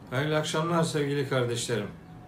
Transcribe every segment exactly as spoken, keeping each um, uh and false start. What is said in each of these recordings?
Hayırlı akşamlar sevgili kardeşlerim.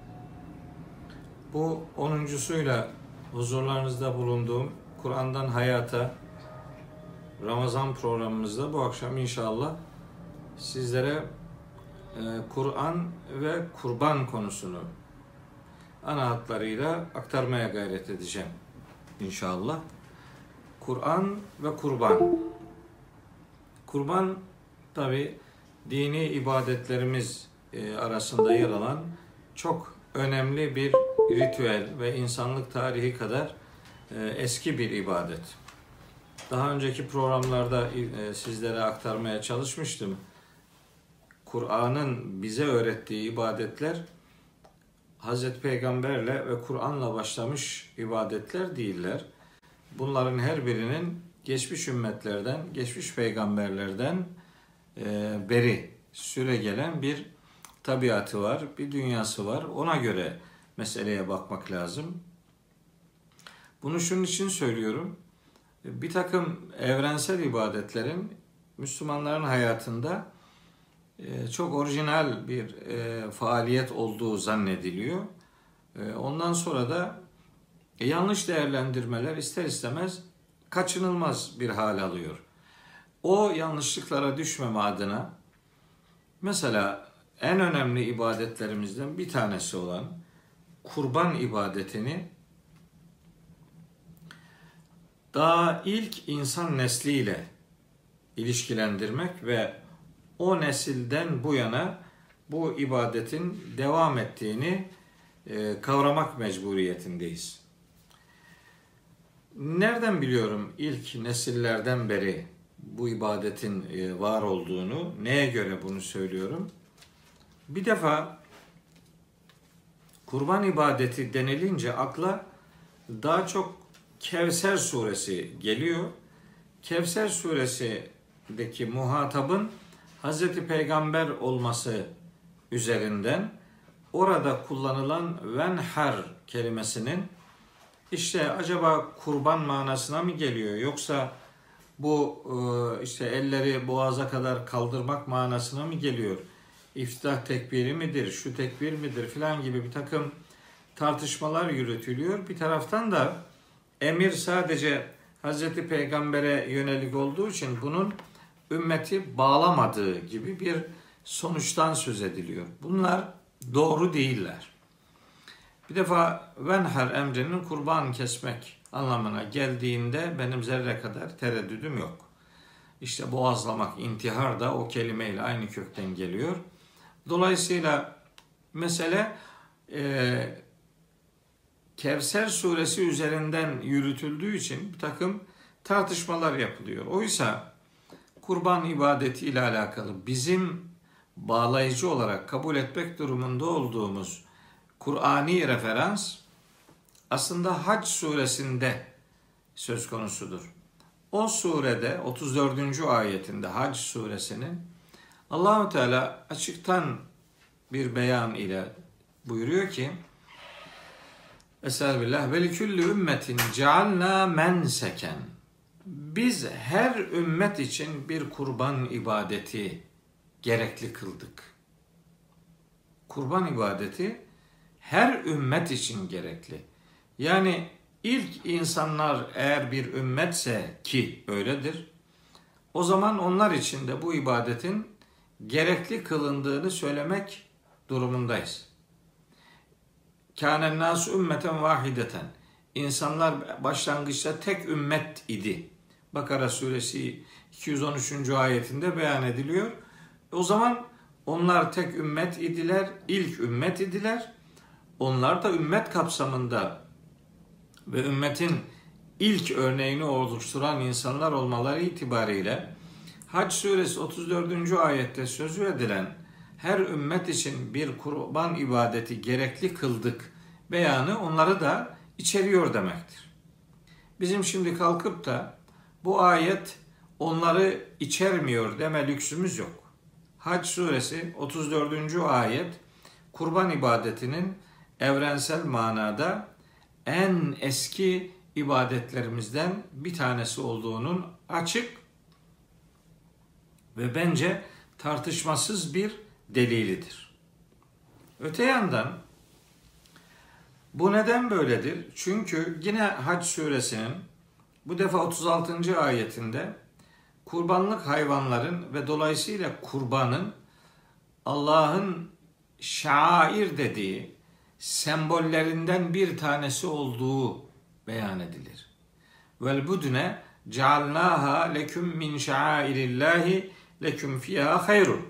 Bu onuncusuyla huzurlarınızda bulunduğum Kur'an'dan Hayata Ramazan programımızda bu akşam inşallah sizlere e, Kur'an ve kurban konusunu ana hatlarıyla aktarmaya gayret edeceğim inşallah. Kur'an ve kurban. Kurban tabi dini ibadetlerimiz e, arasında yer alan çok önemli bir ritüel ve insanlık tarihi kadar e, eski bir ibadet. Daha önceki programlarda e, sizlere aktarmaya çalışmıştım. Kur'an'ın bize öğrettiği ibadetler Hazreti Peygamberle ve Kur'an'la başlamış ibadetler değiller. Bunların her birinin geçmiş ümmetlerden, geçmiş peygamberlerden e, beri süre gelen bir tabiatı var, bir dünyası var. Ona göre meseleye bakmak lazım. Bunu şunun için söylüyorum. Bir takım evrensel ibadetlerin Müslümanların hayatında çok orijinal bir faaliyet olduğu zannediliyor. Ondan sonra da yanlış değerlendirmeler ister istemez kaçınılmaz bir hal alıyor. O yanlışlıklara düşmeme adına mesela en önemli ibadetlerimizden bir tanesi olan kurban ibadetini daha ilk insan nesliyle ilişkilendirmek ve o nesilden bu yana bu ibadetin devam ettiğini e, kavramak mecburiyetindeyiz. Nereden biliyorum ilk nesillerden beri bu ibadetin e, var olduğunu, neye göre bunu söylüyorum? Bir defa kurban ibadeti denilince akla daha çok Kevser suresi geliyor. Kevser suresindeki muhatabın Hazreti Peygamber olması üzerinden orada kullanılan venhar kelimesinin işte acaba kurban manasına mı geliyor yoksa bu işte elleri boğaza kadar kaldırmak manasına mı geliyor? İftitah tekbiri midir, şu tekbir midir filan gibi bir takım tartışmalar yürütülüyor. Bir taraftan da emir sadece Hazreti Peygamber'e yönelik olduğu için bunun ümmeti bağlamadığı gibi bir sonuçtan söz ediliyor. Bunlar doğru değiller. Bir defa venhar emrinin kurban kesmek anlamına geldiğinde benim zerre kadar tereddüdüm yok. İşte boğazlamak, intihar da o kelimeyle aynı kökten geliyor. Dolayısıyla mesele e, Kevser suresi üzerinden yürütüldüğü için bir takım tartışmalar yapılıyor. Oysa kurban ibadeti ile alakalı bizim bağlayıcı olarak kabul etmek durumunda olduğumuz Kur'ani referans aslında Hac suresinde söz konusudur. O surede otuz dördüncü ayetinde Hac suresinin Allah-u Teala açıktan bir beyan ile buyuruyor ki Estağfirullah ve likülli ümmetin cealna menseken. Biz her ümmet için bir kurban ibadeti gerekli kıldık. Kurban ibadeti her ümmet için gerekli. Yani ilk insanlar eğer bir ümmetse ki öyledir, o zaman onlar için de bu ibadetin gerekli kılındığını söylemek durumundayız. Kânen nâsû ümmeten vâhideten. İnsanlar başlangıçta tek ümmet idi. Bakara suresi iki yüz on üçüncü ayetinde beyan ediliyor. O zaman onlar tek ümmet idiler, ilk ümmet idiler. Onlar da ümmet kapsamında ve ümmetin ilk örneğini oluşturan insanlar olmaları itibariyle Hac suresi otuz dördüncü ayette sözü edilen her ümmet için bir kurban ibadeti gerekli kıldık beyanı onları da içeriyor demektir. Bizim şimdi kalkıp da bu ayet onları içermiyor deme lüksümüz yok. Hac suresi otuz dördüncü ayet kurban ibadetinin evrensel manada en eski ibadetlerimizden bir tanesi olduğunun açık ve bence tartışmasız bir delilidir. Öte yandan bu neden böyledir? Çünkü yine Hac suresinin bu defa otuz altıncı ayetinde kurbanlık hayvanların ve dolayısıyla kurbanın Allah'ın şair dediği sembollerinden bir tanesi olduğu beyan edilir. Vel budne cealnaha leküm min şairillahi leküm fiha hayrun.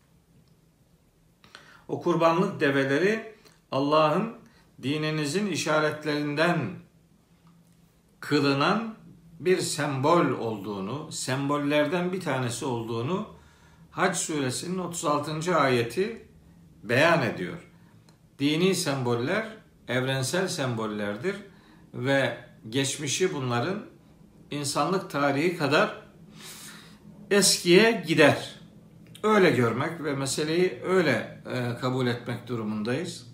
O kurbanlık develeri Allah'ın dininizin işaretlerinden kılınan bir sembol olduğunu, sembollerden bir tanesi olduğunu Hac suresinin otuz altıncı ayeti beyan ediyor. Dini semboller evrensel sembollerdir ve geçmişi bunların insanlık tarihi kadar eskiye gider. Öyle görmek ve meseleyi öyle e, kabul etmek durumundayız.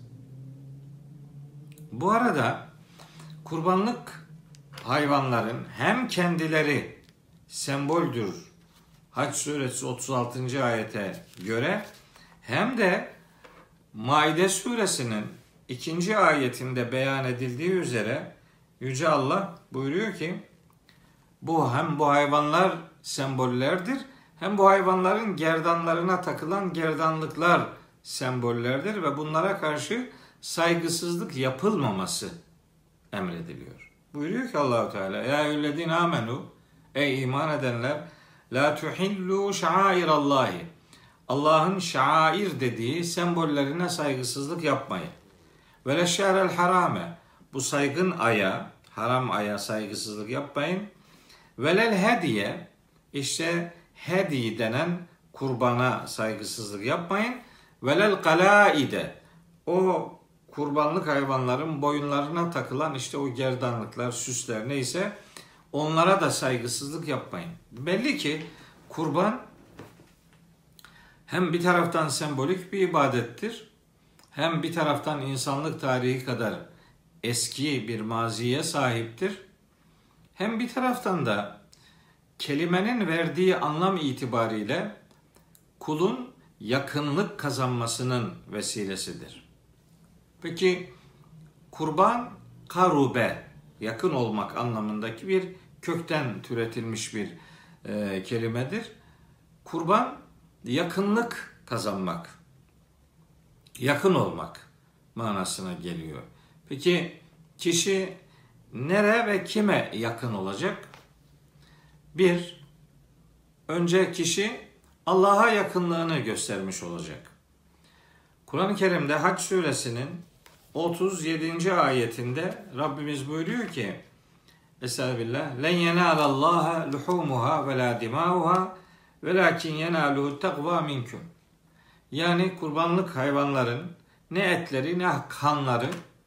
Bu arada kurbanlık hayvanların hem kendileri semboldür Hac suresi otuz altıncı ayete göre hem de Maide suresinin ikinci ayetinde beyan edildiği üzere Yüce Allah buyuruyor ki bu hem bu hayvanlar sembollerdir hem bu hayvanların gerdanlarına takılan gerdanlıklar sembollerdir ve bunlara karşı saygısızlık yapılmaması emrediliyor. Buyuruyor ki Allahu Teala ya eyyühellezine amenu ey iman edenler la tuhillu şairallahi Allah'ın şair dediği sembollerine saygısızlık yapmayın. Ve leşşârel harame bu saygın aya, haram aya saygısızlık yapmayın. Velel hediye işte hedi denen kurbana saygısızlık yapmayın. Velel kalaide o kurbanlık hayvanların boyunlarına takılan işte o gerdanlıklar, süsler neyse onlara da saygısızlık yapmayın. Belli ki kurban hem bir taraftan sembolik bir ibadettir, hem bir taraftan insanlık tarihi kadar eski bir maziye sahiptir, hem bir taraftan da kelimenin verdiği anlam itibariyle kulun yakınlık kazanmasının vesilesidir. Peki kurban karube, yakın olmak anlamındaki bir kökten türetilmiş bir e, kelimedir. Kurban yakınlık kazanmak, yakın olmak manasına geliyor. Peki kişi nere ve kime yakın olacak? Bir, önce kişi Allah'a yakınlığını göstermiş olacak. Kur'an-ı Kerim'de Hac suresinin otuz yedinci ayetinde Rabbimiz buyuruyor ki Estağfirullah. Len yenalallaha luhumuha ve la dimauha velakin yenaluhu takva minkum. Yani kurbanlık hayvanların ne etleri ne kanları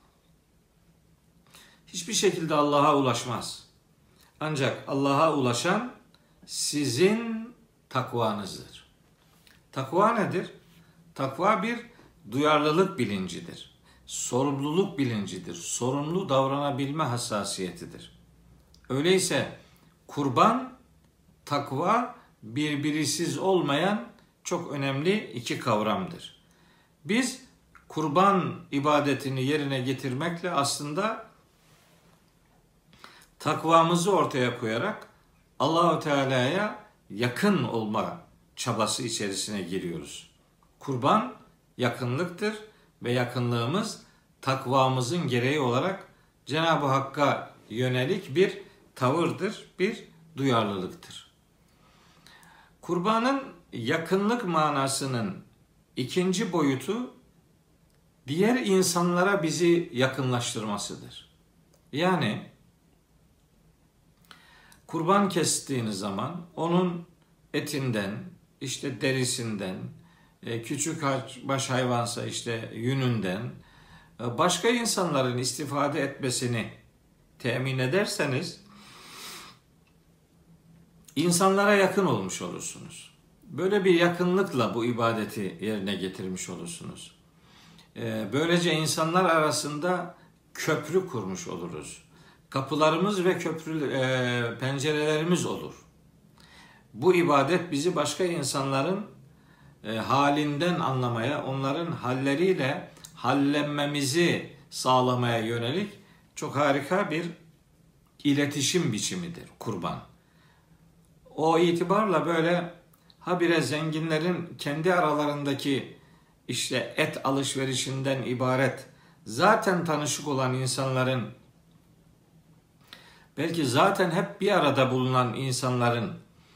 hiçbir şekilde Allah'a ulaşmaz. Ancak Allah'a ulaşan sizin takvanızdır. Takva nedir? Takva bir duyarlılık bilincidir. Sorumluluk bilincidir. Sorumlu davranabilme hassasiyetidir. Öyleyse kurban, takva birbirisiz olmayan çok önemli iki kavramdır. Biz kurban ibadetini yerine getirmekle aslında takvamızı ortaya koyarak Allahu Teala'ya yakın olma çabası içerisine giriyoruz. Kurban yakınlıktır ve yakınlığımız takvamızın gereği olarak Cenab-ı Hakk'a yönelik bir tavırdır, bir duyarlılıktır. Kurbanın yakınlık manasının ikinci boyutu diğer insanlara bizi yakınlaştırmasıdır. Yani kurban kestiğiniz zaman onun etinden, işte derisinden, küçük baş hayvansa işte yününden başka insanların istifade etmesini temin ederseniz insanlara yakın olmuş olursunuz. Böyle bir yakınlıkla bu ibadeti yerine getirmiş olursunuz. Böylece insanlar arasında köprü kurmuş oluruz. Kapılarımız ve köprü e, pencerelerimiz olur. Bu ibadet bizi başka insanların e, halinden anlamaya, onların halleriyle hallenmemizi sağlamaya yönelik çok harika bir iletişim biçimidir kurban. O itibarla böyle habire zenginlerin kendi aralarındaki işte et alışverişinden ibaret, zaten tanışık olan insanların, belki zaten hep bir arada bulunan insanların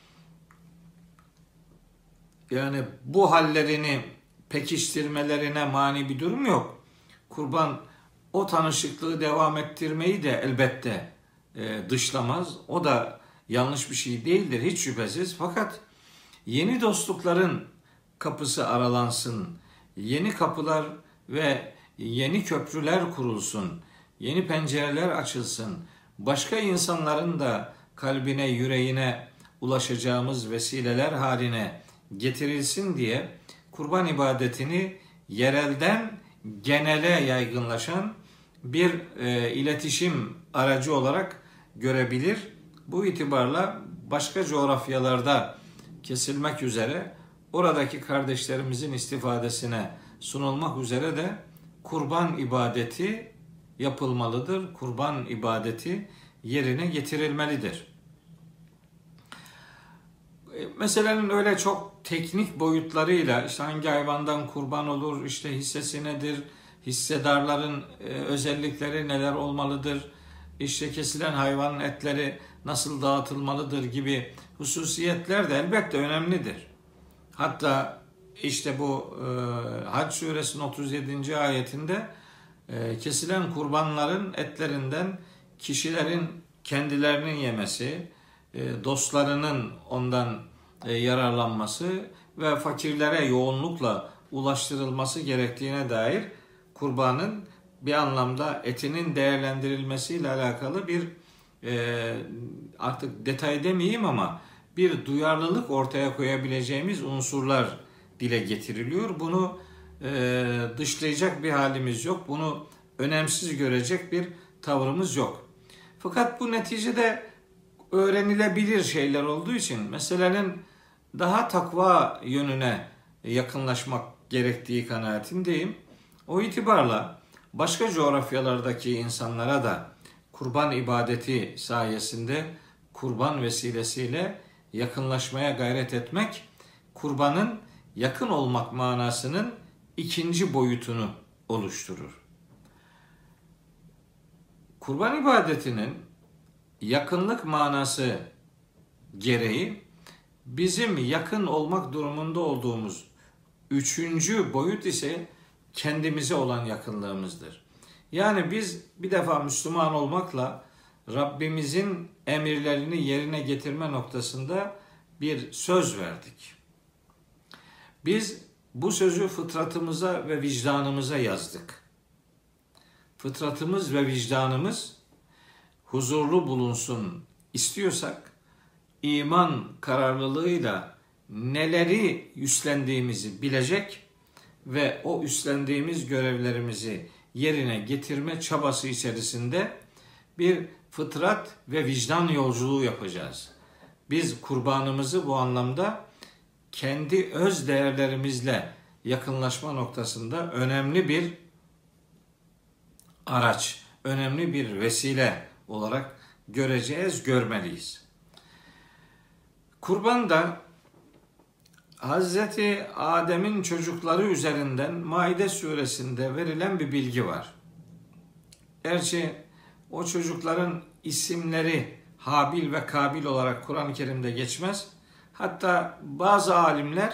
yani bu hallerini pekiştirmelerine mani bir durum yok. Kurban o tanışıklığı devam ettirmeyi de elbette e, dışlamaz. O da yanlış bir şey değildir hiç şüphesiz. Fakat yeni dostlukların kapısı aralansın, yeni kapılar ve yeni köprüler kurulsun, yeni pencereler açılsın, başka insanların da kalbine, yüreğine ulaşacağımız vesileler haline getirilsin diye kurban ibadetini yerelden genele yaygınlaşan bir e, iletişim aracı olarak görebilir. Bu itibarla başka coğrafyalarda kesilmek üzere oradaki kardeşlerimizin istifadesine sunulmak üzere de kurban ibadeti yapılmalıdır. Kurban ibadeti yerine getirilmelidir. Meselenin öyle çok teknik boyutlarıyla işte hangi hayvandan kurban olur, işte hissesi nedir, hissedarların özellikleri neler olmalıdır, işte kesilen hayvanın etleri nasıl dağıtılmalıdır gibi hususiyetler de elbette önemlidir. Hatta işte bu e, Hac suresinin otuz yedinci ayetinde e, kesilen kurbanların etlerinden kişilerin kendilerinin yemesi, e, dostlarının ondan e, yararlanması ve fakirlere yoğunlukla ulaştırılması gerektiğine dair kurbanın bir anlamda etinin değerlendirilmesiyle alakalı bir e, artık detay demeyeyim ama bir duyarlılık ortaya koyabileceğimiz unsurlar dile getiriliyor. Bunu e, dışlayacak bir halimiz yok. Bunu önemsiz görecek bir tavrımız yok. Fakat bu neticede öğrenilebilir şeyler olduğu için meselenin daha takva yönüne yakınlaşmak gerektiği kanaatindeyim. O itibarla başka coğrafyalardaki insanlara da kurban ibadeti sayesinde kurban vesilesiyle yakınlaşmaya gayret etmek, kurbanın yakın olmak manasının ikinci boyutunu oluşturur. Kurban ibadetinin yakınlık manası gereği bizim yakın olmak durumunda olduğumuz üçüncü boyut ise kendimize olan yakınlığımızdır. Yani biz bir defa Müslüman olmakla Rabbimizin emirlerini yerine getirme noktasında bir söz verdik. Biz bu sözü fıtratımıza ve vicdanımıza yazdık. Fıtratımız ve vicdanımız huzurlu bulunsun istiyorsak iman kararlılığıyla neleri üstlendiğimizi bilecek ve o üstlendiğimiz görevlerimizi yerine getirme çabası içerisinde bir fıtrat ve vicdan yolculuğu yapacağız. Biz kurbanımızı bu anlamda kendi öz değerlerimizle yakınlaşma noktasında önemli bir araç, önemli bir vesile olarak göreceğiz, görmeliyiz. Kurban da Hazreti Adem'in çocukları üzerinden Maide suresinde verilen bir bilgi var. Gerçi o çocukların isimleri Habil ve Kabil olarak Kur'an-ı Kerim'de geçmez. Hatta bazı alimler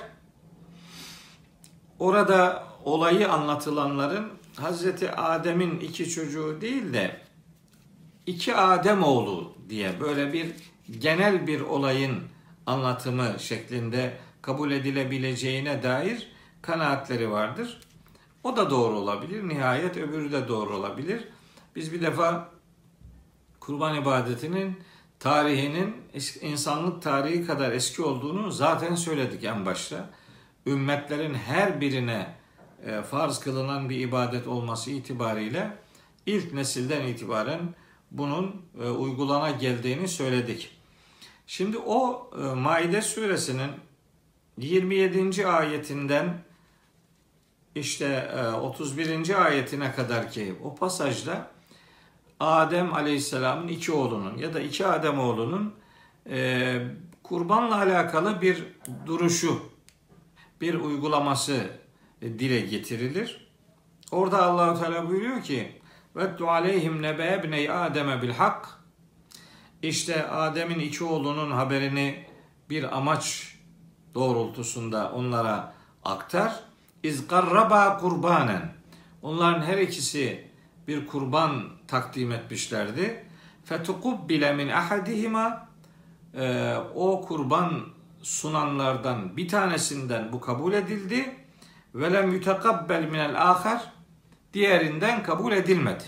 orada olayı anlatılanların Hazreti Adem'in iki çocuğu değil de iki Ademoğlu diye böyle bir genel bir olayın anlatımı şeklinde kabul edilebileceğine dair kanaatleri vardır. O da doğru olabilir. Nihayet öbürü de doğru olabilir. Biz bir defa kurban ibadetinin tarihinin insanlık tarihi kadar eski olduğunu zaten söyledik en başta. Ümmetlerin her birine farz kılınan bir ibadet olması itibariyle ilk nesilden itibaren bunun uygulana geldiğini söyledik. Şimdi o Maide suresinin yirmi yedinci ayetinden işte otuz birinci ayetine kadar ki o pasajda Adem Aleyhisselam'ın iki oğlunun ya da iki Adem oğlunun e, kurbanla alakalı bir duruşu, bir uygulaması dile getirilir. Orada Allah-u Teala buyuruyor ki وَاتُّ عَلَيْهِمْ نَبَيَ بْنَيْ آدَمَ بِالْحَقِّ İşte Adem'in iki oğlunun haberini bir amaç doğrultusunda onlara aktar. İz qarraba kurbanen. Onların her ikisi bir kurban takdim etmişlerdi. Fetukubbile min ahadihima. O kurban sunanlardan bir tanesinden bu kabul edildi. Ve lem yutakabbel minel ahar. Diğerinden kabul edilmedi.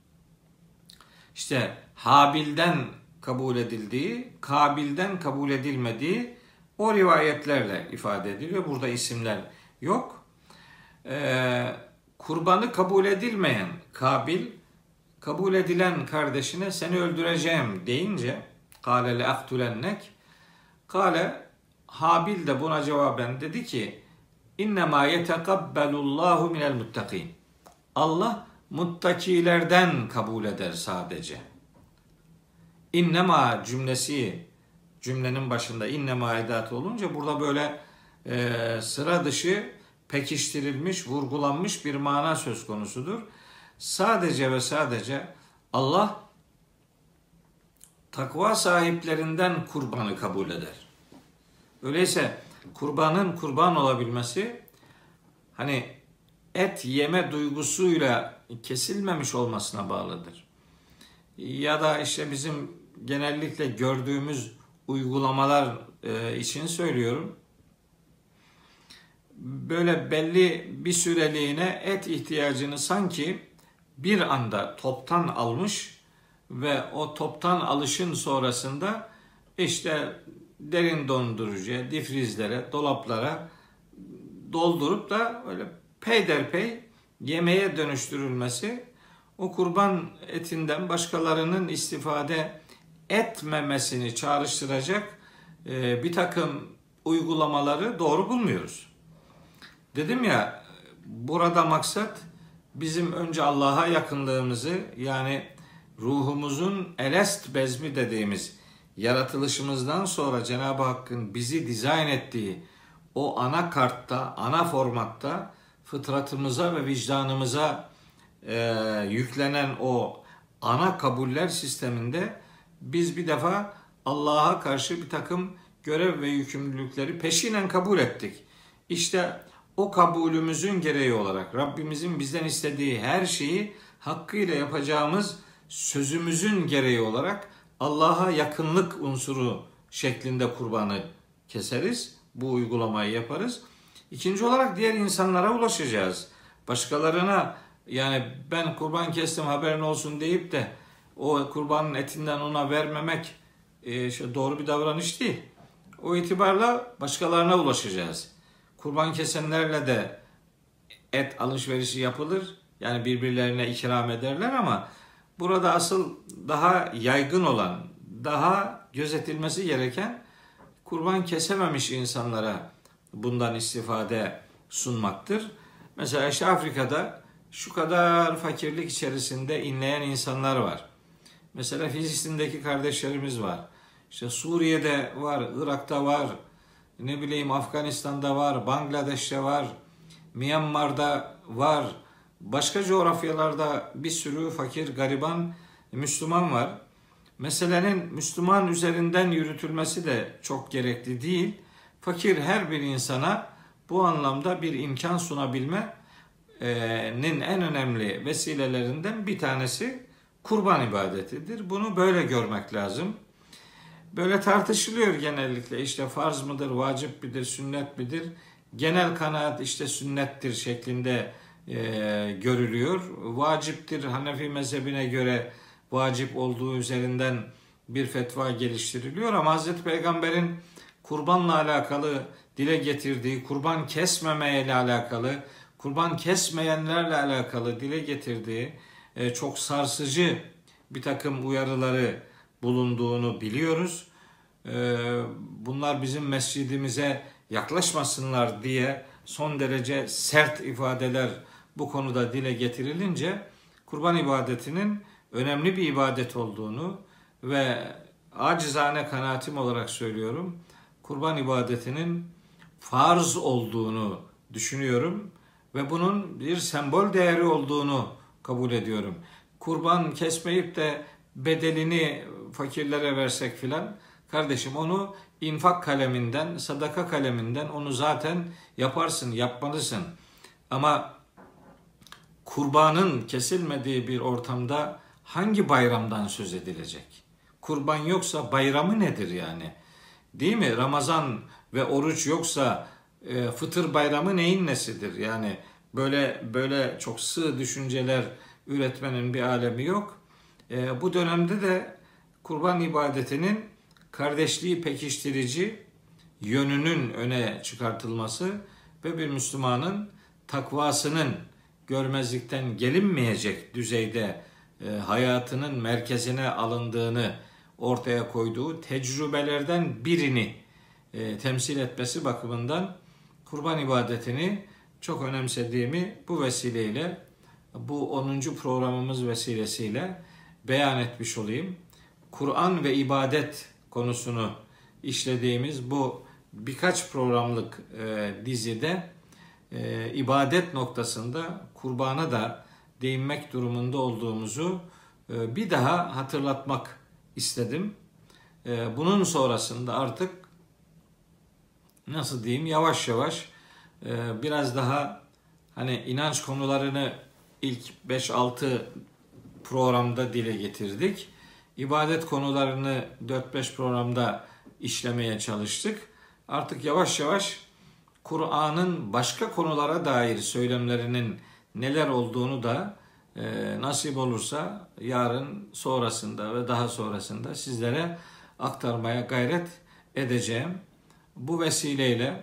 İşte Habil'den kabul edildiği, Kabil'den kabul edilmediği o rivayetlerle ifade ediliyor. Burada isimler yok. Ee, kurbanı kabul edilmeyen Kabil, kabul edilen kardeşine seni öldüreceğim deyince kâle le aktulennek, kâle Habil de buna cevaben dedi ki innemâ yetekabbelullâhu minel muttakîn. Allah muttakilerden kabul eder sadece. İnnema cümlesi, cümlenin başında innema edatı olunca burada böyle e, sıra dışı pekiştirilmiş, vurgulanmış bir mana söz konusudur. Sadece ve sadece Allah takva sahiplerinden kurbanı kabul eder. Öyleyse kurbanın kurban olabilmesi hani et yeme duygusuyla kesilmemiş olmasına bağlıdır. Ya da işte bizim genellikle gördüğümüz uygulamalar için söylüyorum. Böyle belli bir süreliğine et ihtiyacını sanki bir anda toptan almış ve o toptan alışın sonrasında işte derin dondurucuya, difrizlere, dolaplara doldurup da öyle peyderpey yemeğe dönüştürülmesi o kurban etinden başkalarının istifade etmemesini çağrıştıracak e, bir takım uygulamaları doğru bulmuyoruz. Dedim ya, burada maksat bizim önce Allah'a yakınlığımızı, yani ruhumuzun elest bezmi dediğimiz yaratılışımızdan sonra Cenab-ı Hakk'ın bizi dizayn ettiği o ana kartta, ana formatta fıtratımıza ve vicdanımıza e, yüklenen o ana kabuller sisteminde biz bir defa Allah'a karşı bir takım görev ve yükümlülükleri peşinen kabul ettik. İşte o kabulümüzün gereği olarak Rabbimizin bizden istediği her şeyi hakkıyla yapacağımız sözümüzün gereği olarak Allah'a yakınlık unsuru şeklinde kurbanı keseriz. Bu uygulamayı yaparız. İkinci olarak diğer insanlara ulaşacağız. Başkalarına, yani ben kurban kestim haberin olsun deyip de o kurbanın etinden ona vermemek e, işte doğru bir davranış değil. O itibarla başkalarına ulaşacağız. Kurban kesenlerle de et alışverişi yapılır. Yani birbirlerine ikram ederler ama burada asıl daha yaygın olan, daha gözetilmesi gereken kurban kesememiş insanlara bundan istifade sunmaktır. Mesela işte Afrika'da şu kadar fakirlik içerisinde inleyen insanlar var. Mesela Filistin'deki kardeşlerimiz var. İşte Suriye'de var, Irak'ta var, ne bileyim Afganistan'da var, Bangladeş'te var, Myanmar'da var. Başka coğrafyalarda bir sürü fakir, gariban Müslüman var. Meselenin Müslüman üzerinden yürütülmesi de çok gerekli değil. Fakir her bir insana bu anlamda bir imkan sunabilmenin en önemli vesilelerinden bir tanesi kurban ibadetidir. Bunu böyle görmek lazım. Böyle tartışılıyor genellikle, işte farz mıdır, vacip midir, sünnet midir? Genel kanaat işte sünnettir şeklinde e, görülüyor. Vaciptir, Hanefi mezhebine göre vacip olduğu üzerinden bir fetva geliştiriliyor ama Hazreti Peygamber'in kurbanla alakalı dile getirdiği, kurban kesmemeyle alakalı, kurban kesmeyenlerle alakalı dile getirdiği e, çok sarsıcı bir takım uyarıları bulunduğunu biliyoruz. E, bunlar bizim mescidimize yaklaşmasınlar diye son derece sert ifadeler bu konuda dile getirilince kurban ibadetinin önemli bir ibadet olduğunu ve acizane kanaatim olarak söylüyorum, kurban ibadetinin farz olduğunu düşünüyorum ve bunun bir sembol değeri olduğunu kabul ediyorum. Kurban kesmeyip de bedelini fakirlere versek filan, kardeşim onu infak kaleminden, sadaka kaleminden onu zaten yaparsın, yapmalısın. Ama kurbanın kesilmediği bir ortamda hangi bayramdan söz edilecek? Kurban yoksa bayramı nedir yani? Değil mi? Ramazan ve oruç yoksa e, fıtır bayramı neyin nesidir? Yani böyle böyle çok sığ düşünceler üretmenin bir alemi yok. E, bu dönemde de kurban ibadetinin kardeşliği pekiştirici yönünün öne çıkartılması ve bir Müslümanın takvasının görmezlikten gelinmeyecek düzeyde e, hayatının merkezine alındığını ortaya koyduğu tecrübelerden birini e, temsil etmesi bakımından kurban ibadetini çok önemsediğimi bu vesileyle, bu onuncu programımız vesilesiyle beyan etmiş olayım. Kur'an ve ibadet konusunu işlediğimiz bu birkaç programlık e, dizide e, ibadet noktasında kurbana da değinmek durumunda olduğumuzu e, bir daha hatırlatmak istedim. E, bunun sonrasında artık nasıl diyeyim, yavaş yavaş e, biraz daha hani inanç konularını ilk beş altı programda dile getirdik. İbadet konularını dört beş programda işlemeye çalıştık. Artık yavaş yavaş Kur'an'ın başka konulara dair söylemlerinin neler olduğunu da e, nasip olursa yarın sonrasında ve daha sonrasında sizlere aktarmaya gayret edeceğim. Bu vesileyle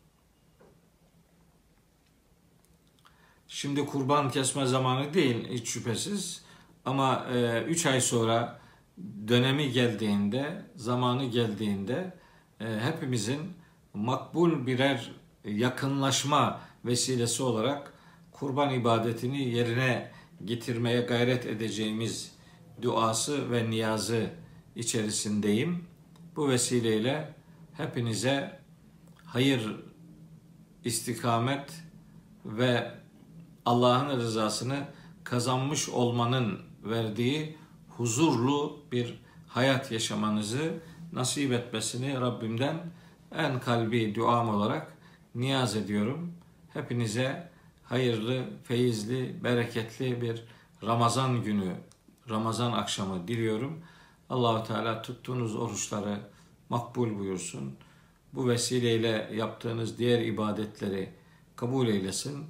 şimdi kurban kesme zamanı değil hiç şüphesiz, ama üç ay sonra dönemi geldiğinde, zamanı geldiğinde e, hepimizin makbul birer yakınlaşma vesilesi olarak kurban ibadetini yerine getirmeye gayret edeceğimiz duası ve niyazı içerisindeyim. Bu vesileyle hepinize hayır, istikamet ve Allah'ın rızasını kazanmış olmanın verdiği huzurlu bir hayat yaşamanızı nasip etmesini Rabbimden en kalbi duam olarak niyaz ediyorum. Hepinize hayırlı, feyizli, bereketli bir Ramazan günü, Ramazan akşamı diliyorum. Allah-u Teala tuttuğunuz oruçları makbul buyursun. Bu vesileyle yaptığınız diğer ibadetleri kabul eylesin.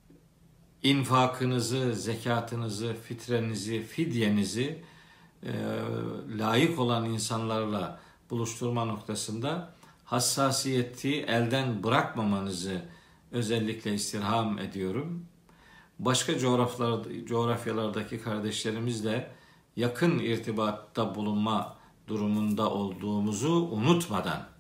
İnfakınızı, zekatınızı, fitrenizi, fidyenizi e, layık olan insanlarla buluşturma noktasında hassasiyeti elden bırakmamanızı özellikle istirham ediyorum. Başka coğrafyalar, coğrafyalardaki kardeşlerimizle yakın irtibatta bulunma durumunda olduğumuzu unutmadan,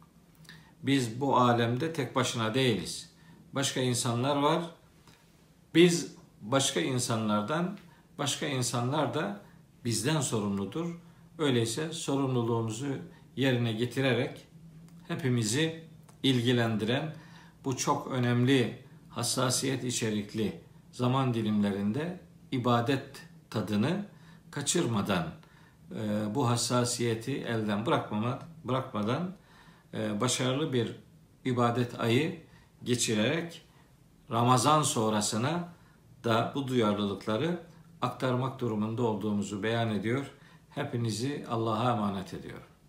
biz bu alemde tek başına değiliz. Başka insanlar var. Biz başka insanlardan, başka insanlar da bizden sorumludur. Öyleyse sorumluluğumuzu yerine getirerek hepimizi ilgilendiren bu çok önemli hassasiyet içerikli zaman dilimlerinde ibadet tadını kaçırmadan, bu hassasiyeti elden bırakmamak, bırakmadan başarılı bir ibadet ayı geçirerek Ramazan sonrasına da bu duyarlılıkları aktarmak durumunda olduğumuzu beyan ediyor. Hepinizi Allah'a emanet ediyorum.